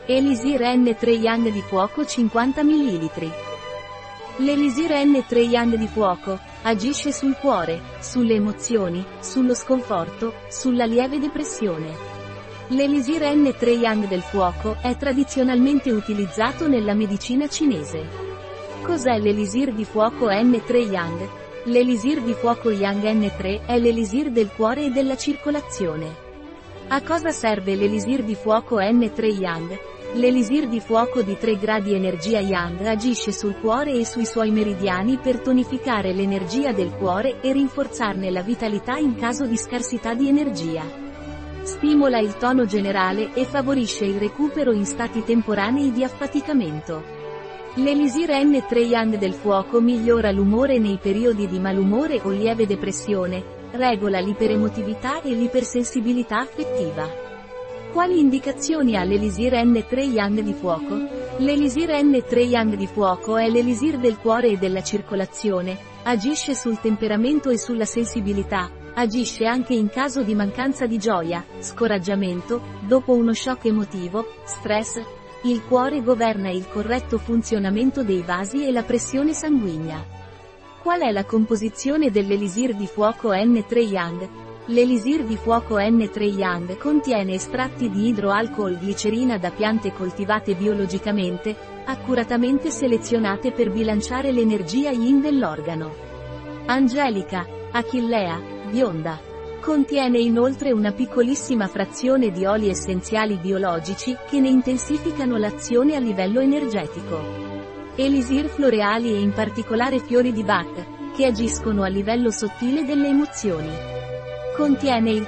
Elisir N3 Yang di fuoco 50 ml. L'Elisir N3 Yang di fuoco agisce sul cuore, sulle emozioni, sullo sconforto, sulla lieve depressione. L'Elisir N3 Yang del fuoco è tradizionalmente utilizzato nella medicina cinese. Cos'è l'Elisir di fuoco N3 Yang? L'Elisir di fuoco Yang N3 è l'Elisir del cuore e della circolazione. A cosa serve l'Elisir di fuoco N3 Yang? L'Elisir di fuoco di 3 gradi energia Yang agisce sul cuore e sui suoi meridiani per tonificare l'energia del cuore e rinforzarne la vitalità in caso di scarsità di energia. Stimola il tono generale e favorisce il recupero in stati temporanei di affaticamento. L'Elisir N3 Yang del fuoco migliora l'umore nei periodi di malumore o lieve depressione, regola l'iperemotività e l'ipersensibilità affettiva. Quali indicazioni ha l'Elisir N3 Yang di fuoco? L'Elisir N3 Yang di fuoco è l'Elisir del cuore e della circolazione, agisce sul temperamento e sulla sensibilità, agisce anche in caso di mancanza di gioia, scoraggiamento, dopo uno shock emotivo, stress. Il cuore governa il corretto funzionamento dei vasi e la pressione sanguigna. Qual è la composizione dell'Elisir di fuoco N3 Yang? L'Elisir di fuoco N3 Yang contiene estratti di idroalcol-glicerina da piante coltivate biologicamente, accuratamente selezionate per bilanciare l'energia yin dell'organo. Angelica, achillea, bionda. Contiene inoltre una piccolissima frazione di oli essenziali biologici che ne intensificano l'azione a livello energetico. Elisir floreali e in particolare fiori di Bach, che agiscono a livello sottile delle emozioni. Contiene il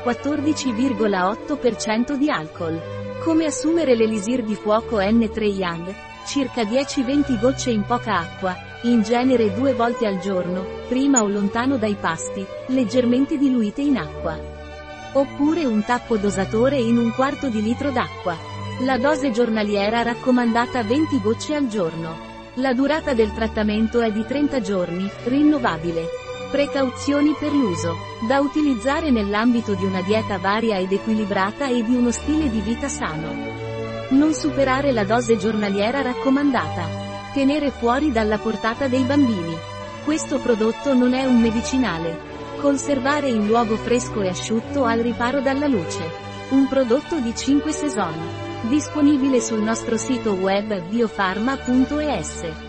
14,8% di alcol. Come assumere l'Elisir di fuoco N3 Yang? Circa 10-20 gocce in poca acqua, in genere 2 volte al giorno, prima o lontano dai pasti, leggermente diluite in acqua. Oppure un tappo dosatore in 1/4 di litro d'acqua. La dose giornaliera raccomandata 20 gocce al giorno. La durata del trattamento è di 30 giorni, rinnovabile. Precauzioni per l'uso. Da utilizzare nell'ambito di una dieta varia ed equilibrata e di uno stile di vita sano. Non superare la dose giornaliera raccomandata. Tenere fuori dalla portata dei bambini. Questo prodotto non è un medicinale. Conservare in luogo fresco e asciutto al riparo dalla luce. Un prodotto di 5 Saison. Disponibile sul nostro sito web biofarma.es.